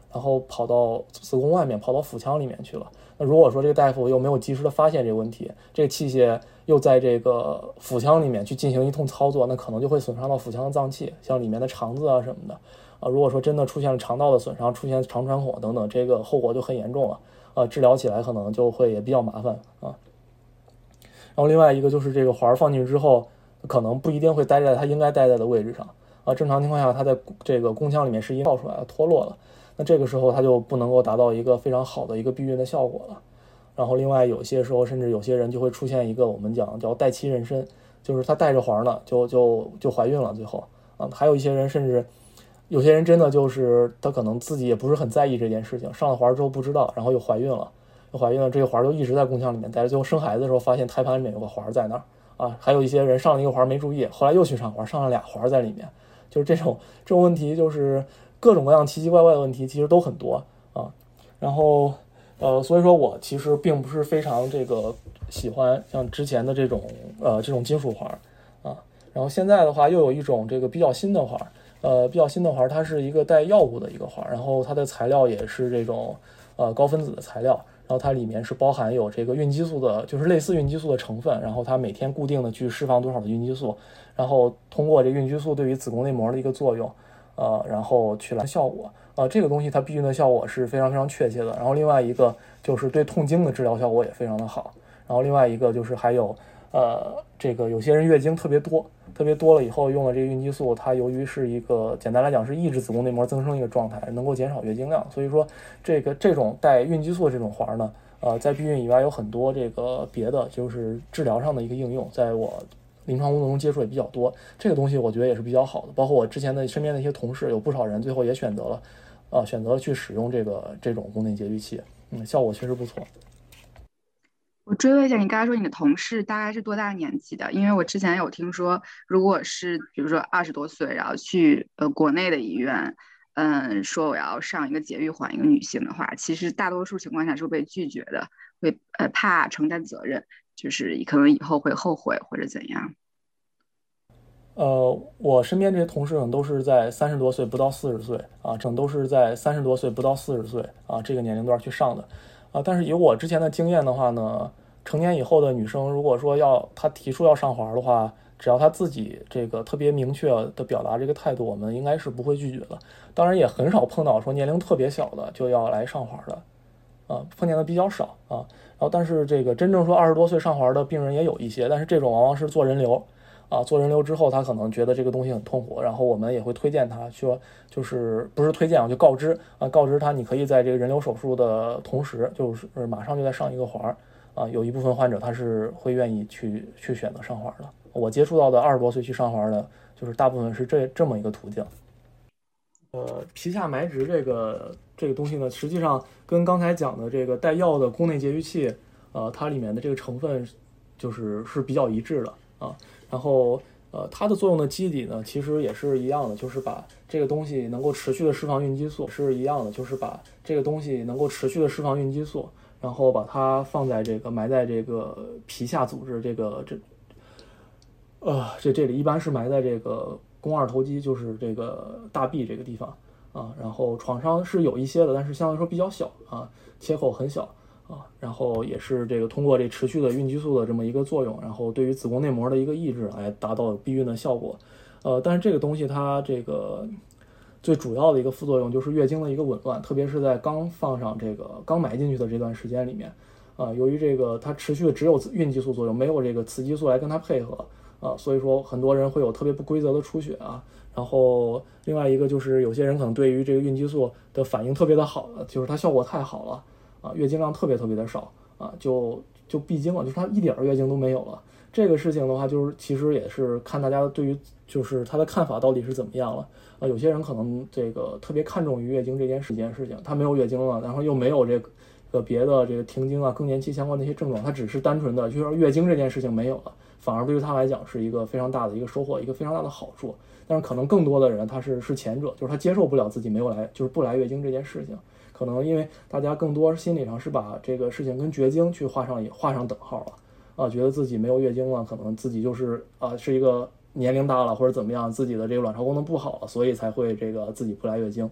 然后跑到子宫外面，跑到腹腔里面去了。那如果说这个大夫又没有及时的发现这个问题，这个器械又在这个腹腔里面去进行一通操作，那可能就会损伤到腹腔的脏器，像里面的肠子啊什么的啊。如果说真的出现了肠道的损伤，出现肠穿孔等等，这个后果就很严重了啊，治疗起来可能就会也比较麻烦啊。然后另外一个就是这个环放进去之后，可能不一定会待在它应该待在的位置上啊。正常情况下，它在这个宫腔里面是已经爆出来了，脱落了。那这个时候它就不能够达到一个非常好的一个避孕的效果了。然后另外有些时候甚至有些人就会出现一个我们讲叫带期妊娠，就是她带着环呢就就就怀孕了最后啊。还有一些人甚至有些人真的就是他可能自己也不是很在意这件事情，上了环之后不知道，然后又怀孕了，又怀孕了，这个环就一直在宫腔里面待着，最后生孩子的时候发现胎盘里面有个环在那儿啊。还有一些人上了一个环没注意，后来又去上环，上了俩环在里面，就是这种这种问题就是各种各样奇奇怪怪的问题其实都很多啊。然后呃，所以说我其实并不是非常这个喜欢像之前的这种呃这种金属环啊。然后现在的话又有一种这个比较新的环，呃比较新的环，它是一个带药物的一个环，然后它的材料也是这种呃高分子的材料，然后它里面是包含有这个孕激素的，就是类似孕激素的成分，然后它每天固定的去释放多少的孕激素，然后通过这孕激素对于子宫内膜的一个作用，呃，然后去来效果。呃，这个东西它避孕的效果是非常非常确切的。然后另外一个就是对痛经的治疗效果也非常的好。然后另外一个就是还有呃，这个有些人月经特别多，特别多了以后用了这个孕激素，它由于是一个简单来讲是抑制子宫内膜增生一个状态，能够减少月经量。所以说这个这种带孕激素的这种环呢，呃，在避孕以外有很多这个别的就是治疗上的一个应用，在我临床工作中接触也比较多，这个东西我觉得也是比较好的。包括我之前的身边的一些同事，有不少人最后也选择了，呃，选择了去使用这个这种宫内节育器，嗯，效果确实不错。 我追问一下，你刚才说你的同事大概是多大年纪的？因为我之前有听说，如果是比如说二十多岁，然后去呃国内的医院，嗯，说我要上一个节育环，一个女性的话，其实大多数情况下是会被拒绝的，会呃怕承担责任，就是可能以后会后悔或者怎样。 呃，我身边这些同事呢，都是在三十多岁不到四十岁啊，这都是在三十多岁不到四十岁啊这个年龄段去上的啊。但是以我之前的经验的话呢，成年以后的女生，如果说要她提出要上环的话，只要她自己这个特别明确的表达这个态度，我们应该是不会拒绝的。当然也很少碰到说年龄特别小的就要来上环的，啊，碰见的比较少啊。然后但是这个真正说二十多岁上环的病人也有一些，但是这种往往是做人流。啊，做人流之后，他可能觉得这个东西很痛苦，然后我们也会推荐他说，就是不是推荐啊，就告知啊，告知他你可以在这个人流手术的同时，就是马上就在上一个环啊。有一部分患者他是会愿意去去选择上环的。我接触到的二十多岁去上环的，就是大部分是这这么一个途径。呃，皮下埋植这个这个东西呢，实际上跟刚才讲的这个带药的宫内节育器，呃，它里面的这个成分就是是比较一致的啊。然后，呃，它的作用的基底呢，其实也是一样的，就是把这个东西能够持续的释放孕激素，是一样的，就是把这个东西能够持续的释放孕激素，然后把它放在这个埋在这个皮下组织这个这，呃，这这里一般是埋在这个肱二头肌，就是这个大臂这个地方啊。然后创伤是有一些的，但是相对来说比较小啊，切口很小。啊，然后也是这个通过这持续的孕激素的这么一个作用，然后对于子宫内膜的一个抑制，来达到避孕的效果。呃，但是这个东西它这个最主要的一个副作用就是月经的一个紊乱，特别是在刚放上这个刚埋进去的这段时间里面，啊、呃，由于这个它持续的只有孕激素作用，没有这个雌激素来跟它配合，啊、呃，所以说很多人会有特别不规则的出血啊。然后另外一个就是有些人可能对于这个孕激素的反应特别的好，就是它效果太好了。啊，月经量特别特别的少啊，就就闭经了，就是它一点月经都没有了。这个事情的话，就是其实也是看大家对于就是他的看法到底是怎么样了啊。有些人可能这个特别看重于月经这件事件事情，他没有月经了，然后又没有这个别的这个停经啊、更年期相关的一些症状，他只是单纯的就是月经这件事情没有了，反而对于他来讲是一个非常大的一个收获，一个非常大的好处。但是可能更多的人他是是前者，就是他接受不了自己没有来，就是不来月经这件事情。可能因为大家更多心理上是把这个事情跟绝经去画上画上等号了啊，觉得自己没有月经了，可能自己就是啊是一个年龄大了或者怎么样，自己的这个卵巢功能不好了，所以才会这个自己不来月经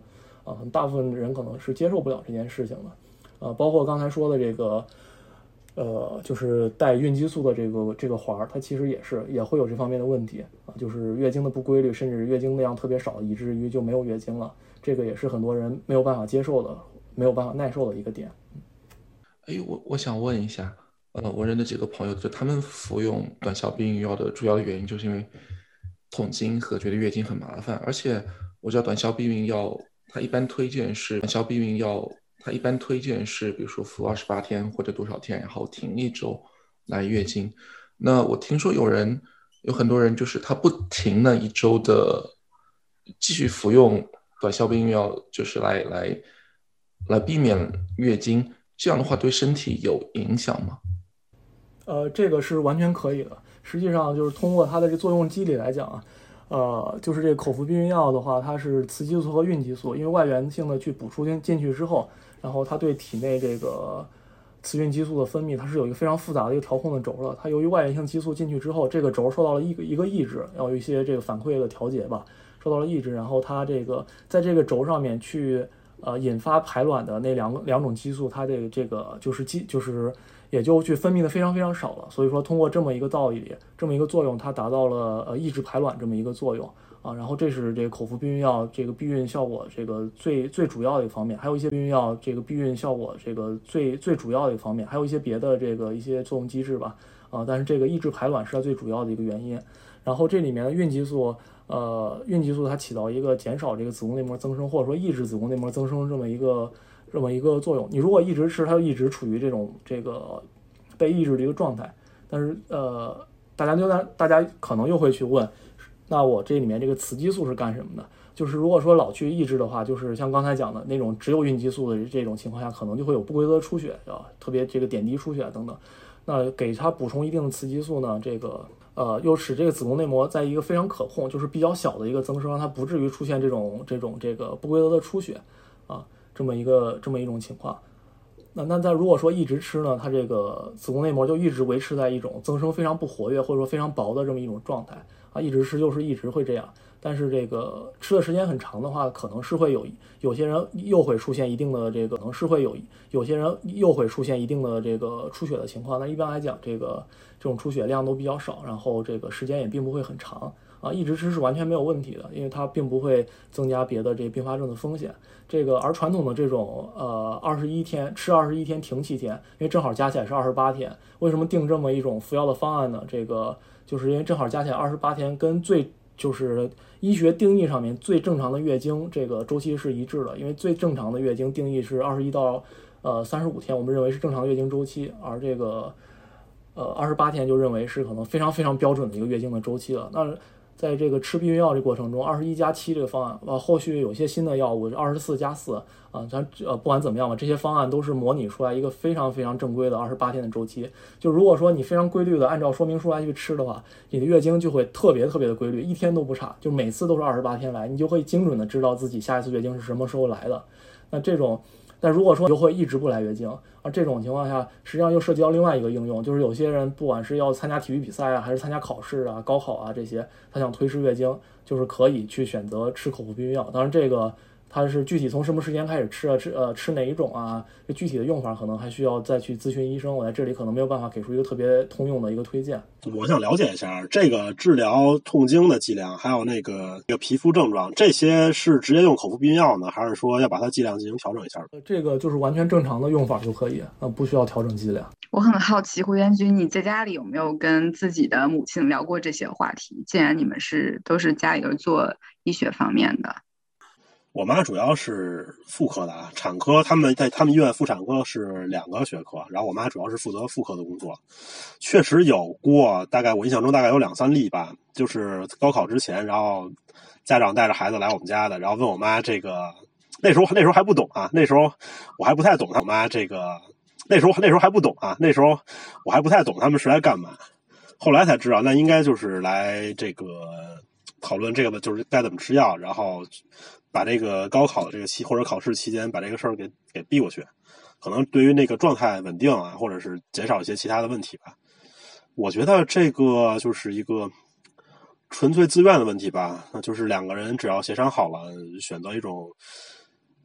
啊，大部分人可能是接受不了这件事情的，啊，包括刚才说的这个，呃，就是带孕激素的这个这个环，它其实也是也会有这方面的问题啊，就是月经的不规律，甚至月经量特别少，以至于就没有月经了，这个也是很多人没有办法接受的，没有办法耐受的一个点。 哎，我我想问一下，呃，我认的几个朋友，就他们服用短效避孕药的主要的原因，就是因为痛经和觉得月经很麻烦，而且我知道短效避孕药它一般推荐是短效避孕药，它一般推荐是比如说服二十八天或者多少天，然后停一周来月经。那我听说有人有很多人就是他不停那一周的继续服用短效避孕药，就是来来来避免月经，这样的话对身体有影响吗？ 呃，这个是完全可以的。实际上就是通过它的这作用机理来讲啊，呃，就是这个口服避孕药的话，它是雌激素和孕激素，因为外源性的去补充进去之后，然后它对体内这个雌孕激素的分泌，它是有一个非常复杂的一个调控的轴的。它由于外源性激素进去之后，这个轴受到了一个一个抑制，要有一些这个反馈的调节吧，受到了抑制，然后它这个在这个轴上面去呃引发排卵的那两两种激素，它这个这个就是激就是也就去分泌的非常非常少了。所以说通过这么一个道理，这么一个作用，它达到了呃抑制排卵这么一个作用啊。然后这是这个口服避孕药这个避孕效果这个最最主要的一个方面，还有一些避孕药这个避孕效果这个最最主要的一个方面，还有一些别的这个一些作用机制吧啊。但是这个抑制排卵是它最主要的一个原因。然后这里面的孕激素，呃，孕激素它起到一个减少这个子宫内膜增生，或者说抑制子宫内膜增生这么一个这么一个作用。你如果一直吃，它就一直处于这种这个被抑制的一个状态。但是呃，大家就大家可能又会去问，那我这里面这个雌激素是干什么的？就是如果说老去抑制的话，就是像刚才讲的那种只有孕激素的这种情况下，可能就会有不规则出血啊，特别这个点滴出血等等。那给它补充一定的雌激素呢，这个呃又使这个子宫内膜在一个非常可控，就是比较小的一个增生，让它不至于出现这种这种这个不规则的出血啊，这么一个这么一种情况。那那在如果说一直吃呢，它这个子宫内膜就一直维持在一种增生非常不活跃或者说非常薄的这么一种状态啊，一直吃就是一直会这样。但是这个吃的时间很长的话，可能是会有有些人又会出现一定的这个，可能是会有有些人又会出现一定的这个出血的情况。那一般来讲，这个这种出血量都比较少，然后这个时间也并不会很长啊，一直吃是完全没有问题的，因为它并不会增加别的这并发症的风险。这个而传统的这种呃二十一天吃二十一天停七天，因为正好加起来是二十八天。为什么定这么一种服药的方案呢？这个就是因为正好加起来二十八天，跟最就是医学定义上面最正常的月经这个周期是一致的。因为最正常的月经定义是二十一到呃三十五天，我们认为是正常的月经周期，而这个呃二十八天就认为是可能非常非常标准的一个月经的周期了。那在这个吃避孕药这过程中，二十一加七这个方案，呃，后续有些新的药物二十四加四啊，咱呃不管怎么样吧，这些方案都是模拟出来一个非常非常正规的二十八天的周期。就如果说你非常规律的按照说明书来去吃的话，你的月经就会特别特别的规律，一天都不差，就每次都是二十八天来，你就会精准的知道自己下一次月经是什么时候来的。那这种。但如果说就会一直不来月经，而这种情况下，实际上又涉及到另外一个应用，就是有些人不管是要参加体育比赛啊，还是参加考试啊、高考啊这些，他想推迟月经，就是可以去选择吃口服避孕药。当然，这个它是具体从什么时间开始吃啊，吃呃吃哪一种啊，这具体的用法可能还需要再去咨询医生。我在这里可能没有办法给出一个特别通用的一个推荐。 我想了解一下，这个治疗痛经的剂量，还有那个那个皮肤症状，这些是直接用口服避孕药呢，还是说要把它剂量进行调整一下？ 这个就是完全正常的用法就可以，呃，不需要调整剂量。 我很好奇，胡元军，你在家里有没有跟自己的母亲聊过这些话题？既然你们是都是家里头做医学方面的。 我妈主要是妇科的啊，产科他们在他们医院妇产科是两个学科，然后我妈主要是负责妇科的工作。确实有过，大概我印象中大概有两三例吧，就是高考之前，然后家长带着孩子来我们家的，然后问我妈这个，那时候那时候还不懂啊，那时候我还不太懂他我妈这个，那时候那时候还不懂啊，那时候我还不太懂他们是来干嘛，后来才知道那应该就是来这个讨论这个就是该怎么吃药，然后把这个高考的这个期或者考试期间把这个事儿给给避过去，可能对于那个状态稳定啊，或者是减少一些其他的问题吧。我觉得这个就是一个纯粹自愿的问题吧，那就是两个人只要协商好了，选择一种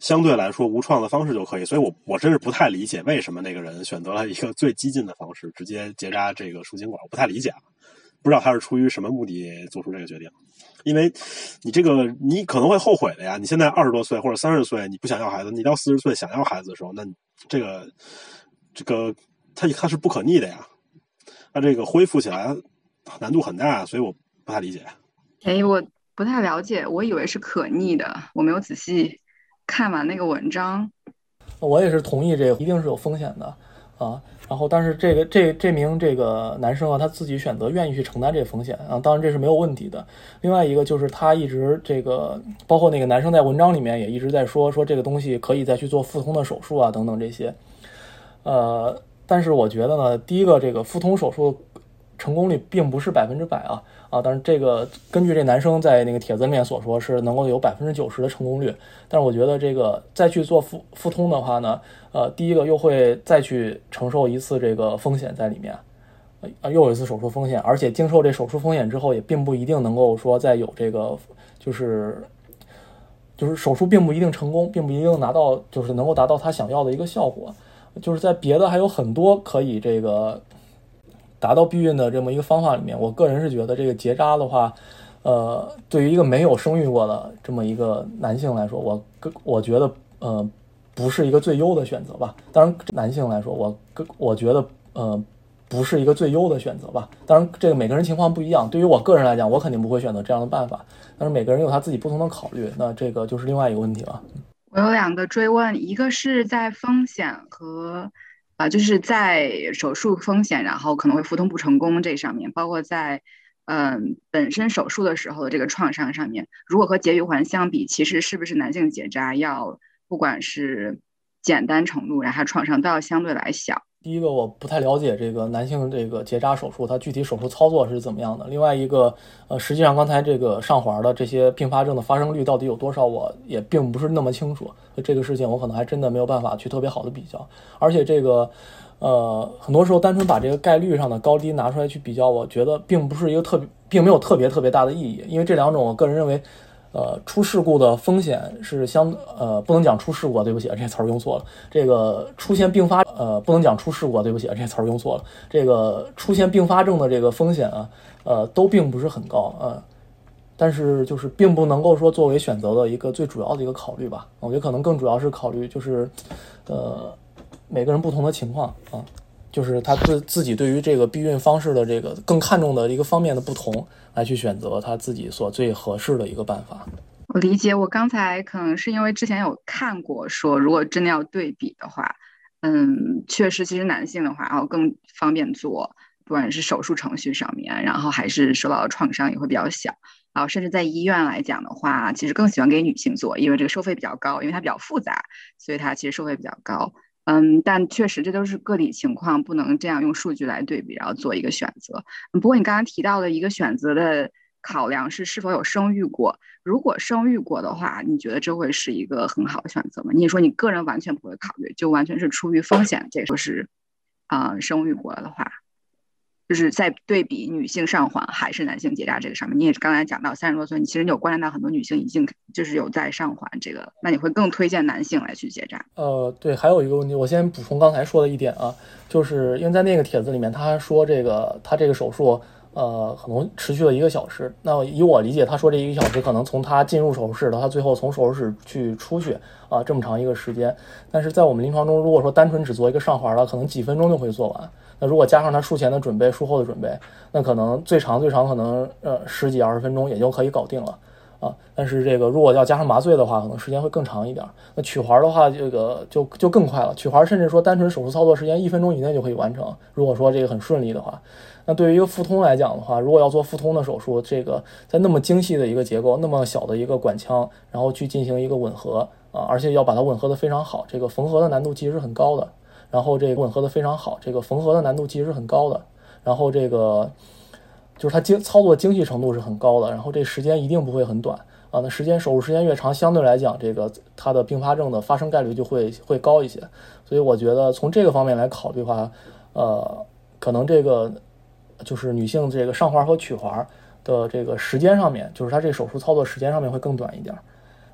相对来说无创的方式就可以。所以我我真是不太理解为什么那个人选择了一个最激进的方式，直接结扎这个输精管，我不太理解，不知道他是出于什么目的做出这个决定。因为你这个你可能会后悔的呀，你现在二十多岁或者三十岁你不想要孩子，你到四十岁想要孩子的时候，那这个这个它它是不可逆的呀，那这个恢复起来难度很大，所以我不太理解。 哎，我不太了解，我以为是可逆的，我没有仔细看完那个文章。 我也是同意这个，一定是有风险的啊。然后，但是这个这这名这个男生啊，他自己选择愿意去承担这个风险啊，当然这是没有问题的。另外一个就是他一直这个，包括那个男生在文章里面也一直在说说这个东西可以再去做腹通的手术啊等等这些。呃，但是我觉得呢，第一个这个腹通手术成功率并不是百分之百啊啊，但是这个根据这男生在那个帖子里面所说是能够有百分之九十的成功率，但是我觉得这个再去做腹腹通的话呢，呃，第一个又会再去承受一次这个风险在里面，呃，又有一次手术风险，而且经受这手术风险之后，也并不一定能够说再有这个就是就是手术并不一定成功，并不一定拿到就是能够达到他想要的一个效果，就是在别的还有很多可以这个达到避孕的这么一个方法里面，我个人是觉得这个结扎的话，呃，对于一个没有生育过的这么一个男性来说，我我觉得呃不是一个最优的选择吧。当然，男性来说，我我觉得呃不是一个最优的选择吧。当然，这个每个人情况不一样。对于我个人来讲，我肯定不会选择这样的办法。但是每个人有他自己不同的考虑，那这个就是另外一个问题了。 我有两个追问，一个是在风险和啊、呃，就是在手术风险，然后可能会腹通不成功这上面，包括在嗯、呃、本身手术的时候的这个创伤上面，如果和节育环相比，其实是不是男性结扎要不管是简单程度，然后创伤都要相对来小？ 第一个我不太了解这个男性这个结扎手术它具体手术操作是怎么样的。另外一个呃，实际上刚才这个上环的这些并发症的发生率到底有多少，我也并不是那么清楚。这个事情我可能还真的没有办法去特别好的比较。而且这个呃，很多时候单纯把这个概率上的高低拿出来去比较，我觉得并不是一个特别，并没有特别特别大的意义。因为这两种我个人认为呃，出事故的风险是相呃，不能讲出事故，对不起，这词儿用错了。这个出现并发呃，不能讲出事故，对不起，这词儿用错了。这个出现并发症的这个风险啊，呃，都并不是很高啊、呃，但是就是并不能够说作为选择的一个最主要的一个考虑吧。我觉得可能更主要是考虑就是，呃，每个人不同的情况啊。就是他自自己对于这个避孕方式的这个更看重的一个方面的不同，来去选择他自己所最合适的一个办法。 我理解，我刚才可能是因为之前有看过说，如果真的要对比的话，嗯，确实，其实男性的话，然后更方便做，不管是手术程序上面，然后还是受到的创伤也会比较小。然后甚至在医院来讲的话，其实更喜欢给女性做，因为这个收费比较高，因为它比较复杂，所以它其实收费比较高。嗯，但确实这都是个体情况，不能这样用数据来对比，然后做一个选择。不过你刚刚提到的一个选择的考量是是否有生育过，如果生育过的话，你觉得这会是一个很好的选择吗？你说你个人完全不会考虑，就完全是出于风险，这说是啊、呃、生育过的话，就是在对比女性上环还是男性结扎这个上面，你也刚才讲到三十多岁，你其实你有观察到很多女性已经就是有在上环这个，那你会更推荐男性来去结扎？ 呃，对，还有一个问题，我先补充刚才说的一点啊，就是因为在那个帖子里面，他说这个他这个手术呃可能持续了一个小时，那以我理解，他说这一个小时可能从他进入手术室到他最后从手术室去出去啊、呃、这么长一个时间，但是在我们临床中，如果说单纯只做一个上环的，可能几分钟就会做完。那如果加上他术前的准备、术后的准备，那可能最长最长可能呃十几二十分钟也就可以搞定了啊。但是这个如果要加上麻醉的话，可能时间会更长一点。那取环的话，这个就就更快了。取环甚至说单纯手术操作时间一分钟以内就可以完成。如果说这个很顺利的话，那对于一个腹通来讲的话，如果要做腹通的手术，这个在那么精细的一个结构、那么小的一个管腔，然后去进行一个吻合啊，而且要把它吻合的非常好，这个缝合的难度其实是很高的。然后这个吻合的非常好，这个缝合的难度其实是很高的。然后这个就是它精操作精细程度是很高的，然后这时间一定不会很短啊。那时间手术时间越长，相对来讲，这个它的并发症的发生概率就会会高一些。所以我觉得从这个方面来考虑的话，呃，可能这个就是女性这个上环和取环的这个时间上面，就是它这个手术操作时间上面会更短一点。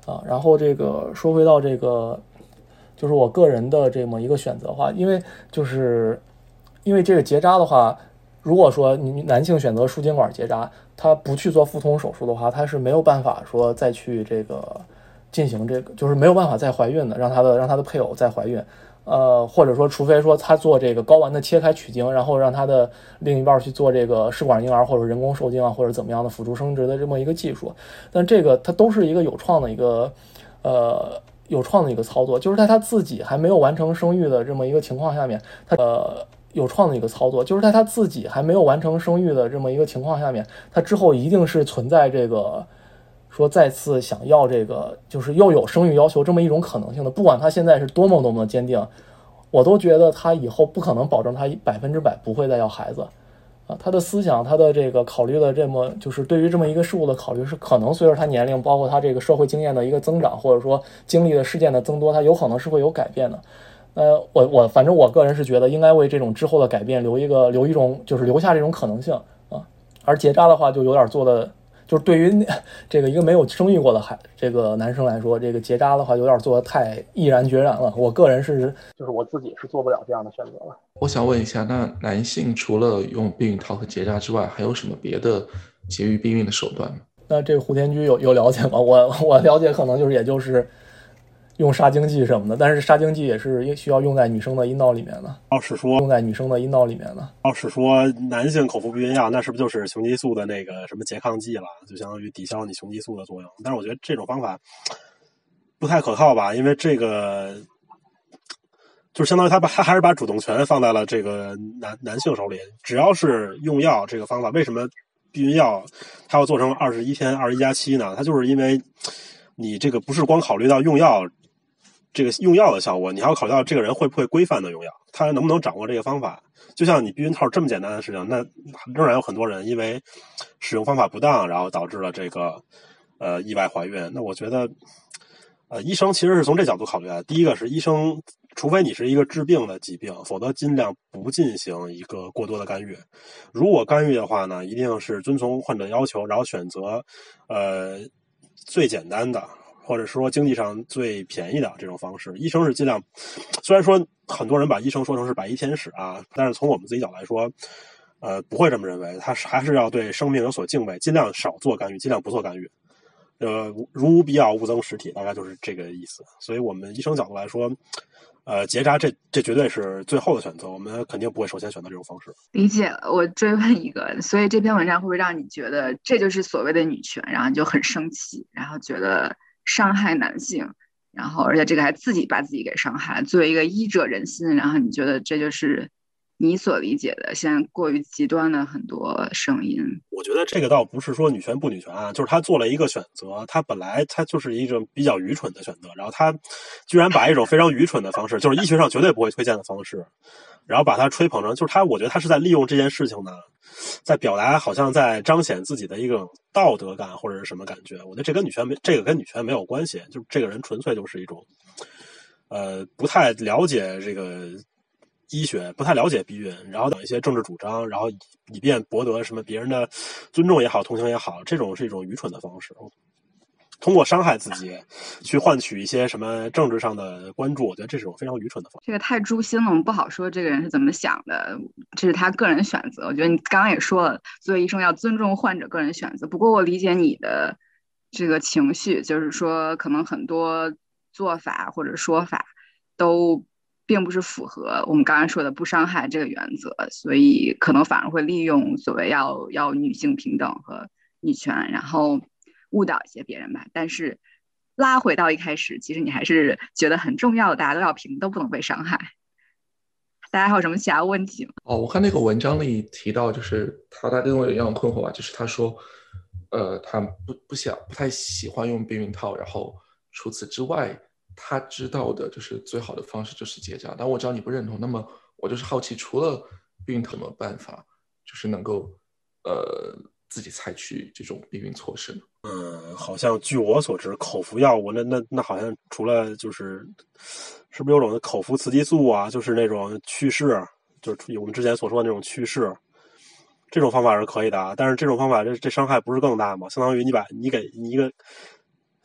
啊。然后这个说回到这个，就是我个人的这么一个选择的话，因为就是因为这个结扎的话，如果说你男性选择输精管结扎，他不去做腹通手术的话，他是没有办法说再去这个进行这个，就是没有办法再怀孕的，让他的让他的配偶再怀孕。呃，或者说，除非说他做这个睾丸的切开取精，然后让他的另一半去做这个试管婴儿或者人工受精啊，或者怎么样的辅助生殖的这么一个技术，但这个它都是一个有创的一个呃有创的一个操作，就是在他自己还没有完成生育的这么一个情况下面，他呃有创的一个操作，就是在他自己还没有完成生育的这么一个情况下面，他之后一定是存在这个。说再次想要这个，就是又有生育要求这么一种可能性的，不管他现在是多么多么坚定，我都觉得他以后不可能保证他百分之百不会再要孩子，啊，他的思想，他的这个考虑的这么，就是对于这么一个事物的考虑，是可能随着他年龄，包括他这个社会经验的一个增长，或者说经历的事件的增多，他有可能是会有改变的。呃，我我反正我个人是觉得应该为这种之后的改变留一个留一种，就是留下这种可能性啊。而结扎的话，就有点做的。就是对于这个一个没有生育过的孩这个男生来说，这个结扎的话有点做的太毅然决然了。我个人是，就是我自己是做不了这样的选择了。 我想问一下，那男性除了用避孕套和结扎之外，还有什么别的节育避孕的手段吗？ 那这个胡天居有有了解吗？我我了解可能就是也就是用杀精剂什么的，但是杀精剂也是需要用在女生的阴道里面的。 要是说用在女生的阴道里面的， 要是说男性口服避孕药，那是不是就是雄激素的那个什么拮抗剂了？就相当于抵消你雄激素的作用。但是我觉得这种方法不太可靠吧，因为这个就是相当于他把他还是把主动权放在了这个男男性手里。只要是用药这个方法，为什么避孕药它要做成二十一天二十一加七呢？它就是因为你这个不是光考虑到用药。这个用药的效果，你还要考虑到这个人会不会规范的用药，他能不能掌握这个方法。就像你避孕套这么简单的事情，那仍然有很多人因为使用方法不当，然后导致了这个呃意外怀孕。那我觉得，呃，医生其实是从这角度考虑的。第一个是医生，除非你是一个致病的疾病，否则尽量不进行一个过多的干预。如果干预的话呢，一定是遵从患者要求，然后选择呃最简单的。或者说经济上最便宜的这种方式，医生是尽量，虽然说很多人把医生说成是白衣天使啊，但是从我们自己角度来说，呃，不会这么认为，他还是要对生命有所敬畏，尽量少做干预，尽量不做干预，呃，如无必要勿增实体，大概就是这个意思。所以我们医生角度来说，呃，结扎这这绝对是最后的选择，我们肯定不会首先选择这种方式。 理解了，我追问一个，所以这篇文章会不会让你觉得这就是所谓的女权，然后你就很生气，然后觉得伤害男性，然后而且这个还自己把自己给伤害，作为一个医者仁心，然后你觉得这就是你所理解的现在过于极端的很多声音？ 我觉得这个倒不是说女权不女权啊，就是他做了一个选择，他本来他就是一种比较愚蠢的选择，然后他居然把一种非常愚蠢的方式，就是医学上绝对不会推荐的方式，然后把它吹捧成，就是他，我觉得他是在利用这件事情呢，在表达好像在彰显自己的一个道德感或者是什么感觉。我觉得这跟女权没这个跟女权没有关系，就这个人纯粹就是一种，呃，不太了解这个医学，不太了解避孕，然后等一些政治主张，然后以以便博得什么别人的尊重也好，同情也好，这种是一种愚蠢的方式。通过伤害自己去换取一些什么政治上的关注，我觉得这是种非常愚蠢的方式。 这个太诛心了，我们不好说这个人是怎么想的，这是他个人选择。我觉得你刚刚也说了，作为医生要尊重患者个人选择。不过我理解你的这个情绪，就是说可能很多做法或者说法都并不是符合我们刚才说的不伤害这个原则，所以可能反而会利用所谓要要女性平等和女权，然后误导一些别人吧。但是拉回到一开始，其实你还是觉得很重要的，大家都要平，都不能被伤害。大家还有什么其他问题吗？ 哦，我看那个文章里提到，就是他他跟我有一样的困惑吧，就是他说，呃，他不不想不太喜欢用避孕套，然后除此之外，他知道的就是最好的方式就是结扎。但我知道你不认同，那么我就是好奇，除了避孕套，有没有办法就是能够呃自己采取这种避孕措施呢？ 嗯，好像据我所知，口服药物那那那好像除了就是，是不是有种口服雌激素啊，就是那种去势，就是我们之前所说的那种去势，这种方法是可以的啊。但是这种方法这这伤害不是更大吗？相当于你把你给你一个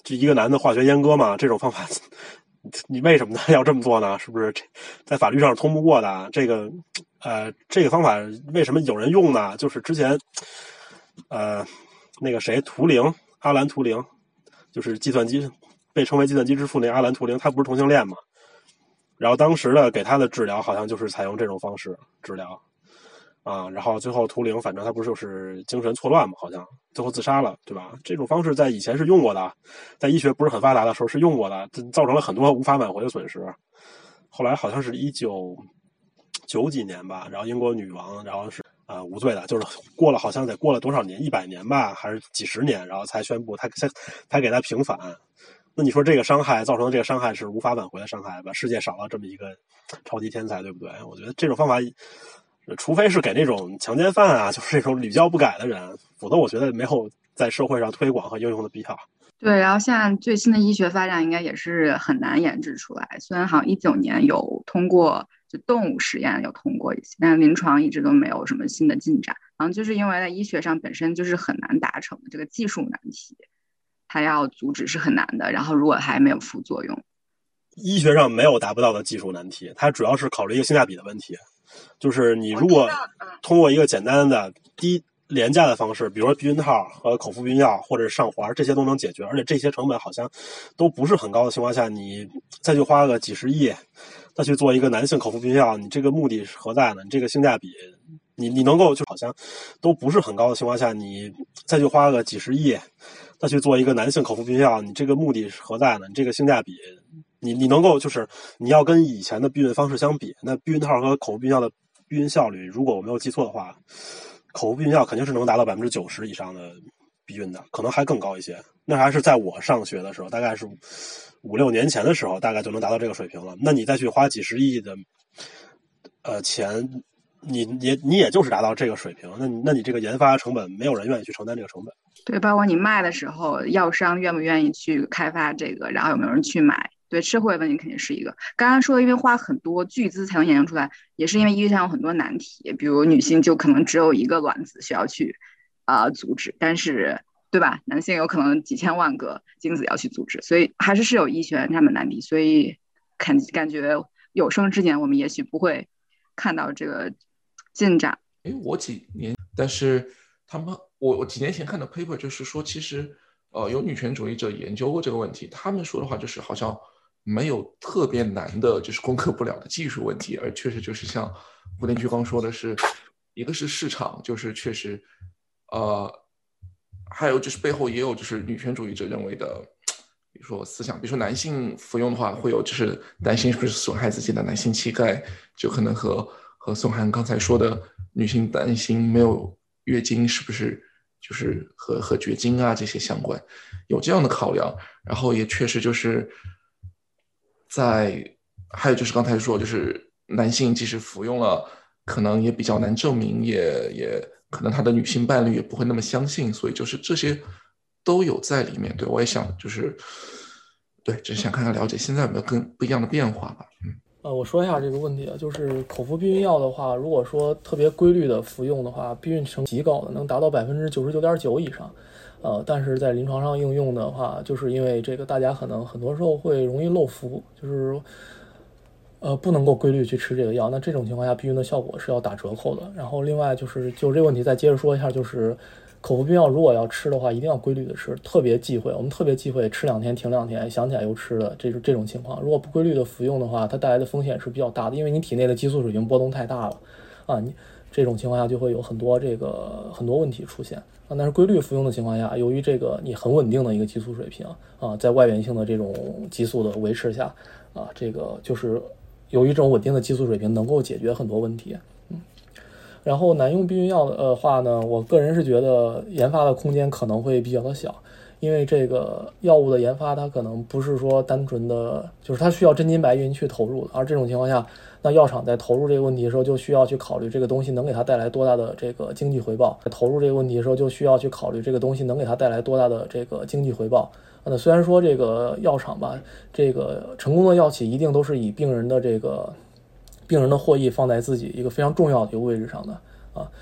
这一个男的化学阉割嘛，这种方法你为什么呢要这么做呢？是不是在法律上是通不过的？这个呃，这个方法为什么有人用呢？就是之前呃那个谁图灵，阿兰图灵，就是计算机被称为计算机之父那阿兰图灵，他不是同性恋嘛？然后当时的给他的治疗好像就是采用这种方式治疗啊，然后最后图灵反正他不是就是精神错乱嘛，好像最后自杀了，对吧？这种方式在以前是用过的，在医学不是很发达的时候是用过的，造成了很多无法挽回的损失。后来好像是一九九几年吧，然后英国女王然后是啊、呃、无罪的，就是过了好像得过了多少年，一百年吧，还是几十年，然后才宣布他才才给他平反。那你说这个伤害造成的这个伤害是无法挽回的伤害吧？世界少了这么一个超级天才，对不对？我觉得这种方法，除非是给那种强奸犯啊，就是这种屡教不改的人，否则我觉得没有在社会上推广和应用的必要。 对，然后现在最新的医学发展应该也是很难研制出来。虽然好像一九年有通过，就动物实验有通过一些，但临床一直都没有什么新的进展。好像就是因为在医学上本身就是很难达成的这个技术难题，它要阻止是很难的。然后如果还没有副作用， 医学上没有达不到的技术难题，它主要是考虑一个性价比的问题。就是你如果通过一个简单的低廉价的方式，比如说避孕套和口服避孕药或者上环，这些都能解决，而且这些成本好像都不是很高的情况下，你再去花个几十亿再去做一个男性口服避孕药，你这个目的是何在呢？你这个性价比你你能够就好像都不是很高的情况下，你再去花个几十亿再去做一个男性口服避孕药，你这个目的是何在呢？你这个性价比你你能够就是你要跟以前的避孕方式相比，那避孕套和口服避孕药的避孕效率，如果我没有记错的话，口服避孕药肯定是能达到百分之九十以上的避孕的，可能还更高一些。那还是在我上学的时候，大概是五六年前的时候，大概就能达到这个水平了。那你再去花几十亿的呃钱，你也你也就是达到这个水平，那你那你这个研发成本，没有人愿意去承担这个成本。 对，包括你卖的时候，药商愿不愿意去开发这个，然后有没有人去买。对，社会问题肯定是一个。刚刚说的，因为花很多巨资才能研究出来，也是因为医学上有很多难题，比如女性就可能只有一个卵子需要去啊、呃、阻止，但是对吧？男性有可能几千万个精子要去阻止，所以还是是有医学上的难题。所以感感觉有生之年我们也许不会看到这个进展。 哎，我几年，但是他们我我几年前看的 paper 就是说，其实呃有女权主义者研究过这个问题，他们说的话就是好像没有特别难的，就是攻克不了的技术问题，而确实就是像胡天居刚说的是，一个是市场，就是确实，呃，还有就是背后也有就是女权主义者认为的，比如说思想，比如说男性服用的话，会有就是担心是不是损害自己的男性气概，就可能和和宋涵刚才说的女性担心没有月经是不是就是和和绝经啊这些相关，有这样的考量，然后也确实就是。在还有就是刚才说，就是男性即使服用了，可能也比较难证明，也也可能他的女性伴侣也不会那么相信，所以就是这些都有在里面。对，我也想就是对，只是想看看了解现在有没有更不一样的变化吧。嗯， 呃，我说一下这个问题啊，就是口服避孕药的话，如果说特别规律的服用的话，避孕成极高的，能达到百分之九十九点九以上。呃，但是在临床上应用的话，就是因为这个大家可能很多时候会容易漏服，就是呃不能够规律去吃这个药，那这种情况下避孕的效果是要打折扣的。然后另外就是就这个问题再接着说一下，就是口服避孕药如果要吃的话，一定要规律的吃，特别忌讳，我们特别忌讳吃两天停两天，想起来又吃的这种这种情况。如果不规律的服用的话，它带来的风险是比较大的，因为你体内的激素水平波动太大了啊，你这种情况下就会有很多这个很多问题出现。啊，但是规律服用的情况下，由于这个你很稳定的一个激素水平啊，在外源性的这种激素的维持下啊，这个就是由于这种稳定的激素水平能够解决很多问题。嗯，然后男用避孕药的话呢，我个人是觉得研发的空间可能会比较的小，因为这个药物的研发它可能不是说单纯的，就是它需要真金白银去投入的，而这种情况下，那药厂在投入这个问题的时候，就需要去考虑这个东西能给它带来多大的这个经济回报。投入这个问题的时候，就需要去考虑这个东西能给它带来多大的这个经济回报。那虽然说这个药厂吧，这个成功的药企一定都是以病人的这个病人的获益放在自己一个非常重要的一个位置上的啊。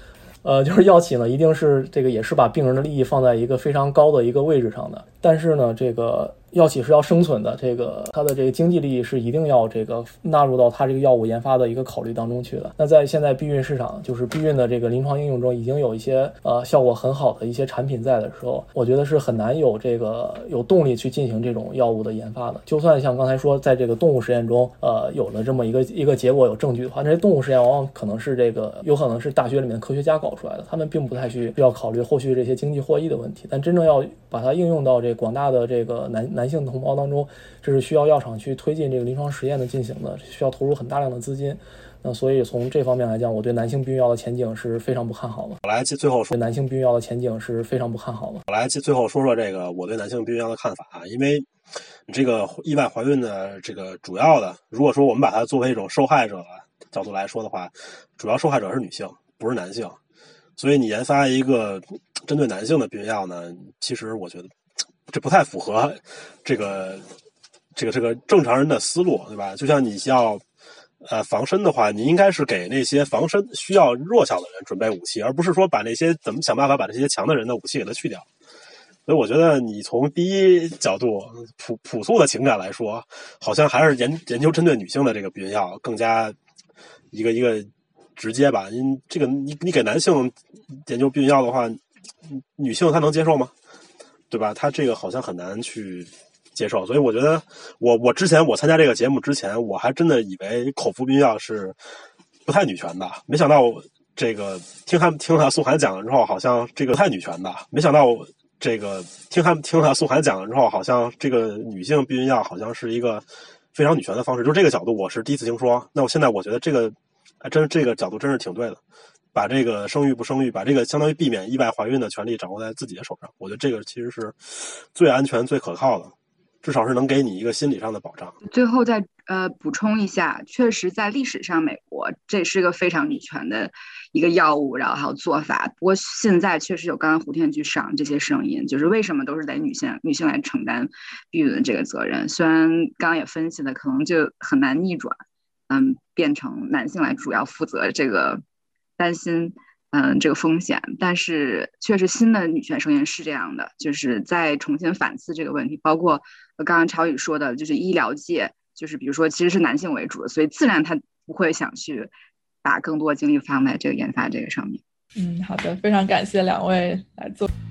呃，就是药企呢一定是这个也是把病人的利益放在一个非常高的一个位置上的，但是呢，这个药企是要生存的，这个它的这个经济利益是一定要这个纳入到它这个药物研发的一个考虑当中去的。那在现在避孕市场，就是避孕的这个临床应用中，已经有一些呃效果很好的一些产品在的时候，我觉得是很难有这个有动力去进行这种药物的研发的。就算像刚才说，在这个动物实验中，呃，有了这么一个一个结果有证据的话，这些动物实验往往可能是这个有可能是大学里面的科学家搞出来的，他们并不太需要考虑后续这些经济获益的问题。但真正要把它应用到这广大的这个男男性同胞当中，这是需要药厂去推进这个临床实验的进行的，需要投入很大量的资金。那所以从这方面来讲，我对男性避孕药的前景是非常不看好的。 我来最后说， 对男性避孕药的前景是非常不看好的。 我来最后说说这个我对男性避孕药的看法啊，因为你这个意外怀孕的这个主要的，如果说我们把它作为一种受害者的角度来说的话，主要受害者是女性，不是男性。所以你研发一个针对男性的避孕药呢，其实我觉得这不太符合这个这个这个正常人的思路，对吧？就像你要呃防身的话，你应该是给那些防身需要弱小的人准备武器，而不是说把那些怎么想办法把这些强的人的武器给它去掉。所以我觉得你从第一角度朴朴素的情感来说，好像还是研研究针对女性的这个避孕药更加一个一个直接吧。因这个你你给男性研究避孕药的话，女性她能接受吗？对吧？她这个好像很难去接受。所以我觉得我我之前我参加这个节目之前，我还真的以为口服避孕药是不太女权的，没想到这个听他听了宋涵讲了之后，好像这个太女权的，没想到这个听他听了宋涵讲了之后，好像这个女性避孕药好像是一个非常女权的方式。就这个角度我是第一次听说。那我现在我觉得这个还真这个角度真是挺对的，把这个生育不生育，把这个相当于避免意外怀孕的权利掌握在自己的手上，我觉得这个其实是最安全最可靠的，至少是能给你一个心理上的保障。 最后再呃补充一下，确实在历史上美国这是个非常女权的一个药物，然后还有做法。不过现在确实有刚刚胡天居上这些声音，就是为什么都是得女性女性来承担避孕的这个责任。虽然刚刚也分析了，可能就很难逆转，嗯，变成男性来主要负责这个担心。嗯，这个风险，但是确实新的女权声音是这样的，就是在重新反思这个问题，包括刚刚超宇说的，就是医疗界，就是比如说其实是男性为主的，所以自然他不会想去把更多精力放在这个研发这个上面。 嗯，好的，非常感谢两位来做。